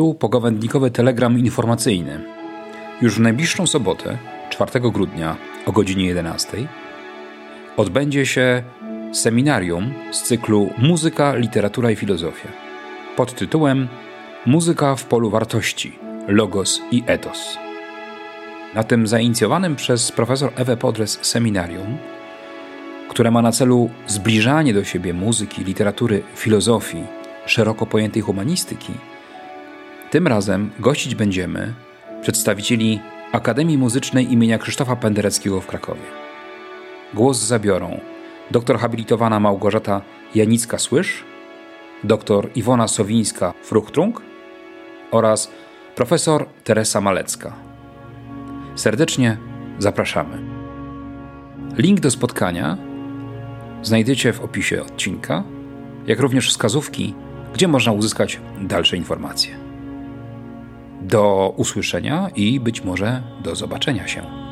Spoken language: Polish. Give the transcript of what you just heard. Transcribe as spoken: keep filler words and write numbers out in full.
Tu pogawędnikowy telegram informacyjny. Już w najbliższą sobotę, czwartego grudnia o godzinie jedenastej odbędzie się seminarium z cyklu Muzyka, literatura i filozofia pod tytułem Muzyka w polu wartości, logos i etos. Na tym zainicjowanym przez profesor Ewę Podres seminarium, które ma na celu zbliżanie do siebie muzyki, literatury, filozofii, szeroko pojętej humanistyki, tym razem gościć będziemy przedstawicieli Akademii Muzycznej imienia Krzysztofa Pendereckiego w Krakowie. Głos zabiorą doktor habilitowana Małgorzata Janicka-Słysz, doktor Iwona Sowińska-Fruchtrung oraz profesor Teresa Malecka. Serdecznie zapraszamy. Link do spotkania znajdziecie w opisie odcinka, jak również wskazówki, gdzie można uzyskać dalsze informacje. Do usłyszenia i być może do zobaczenia się.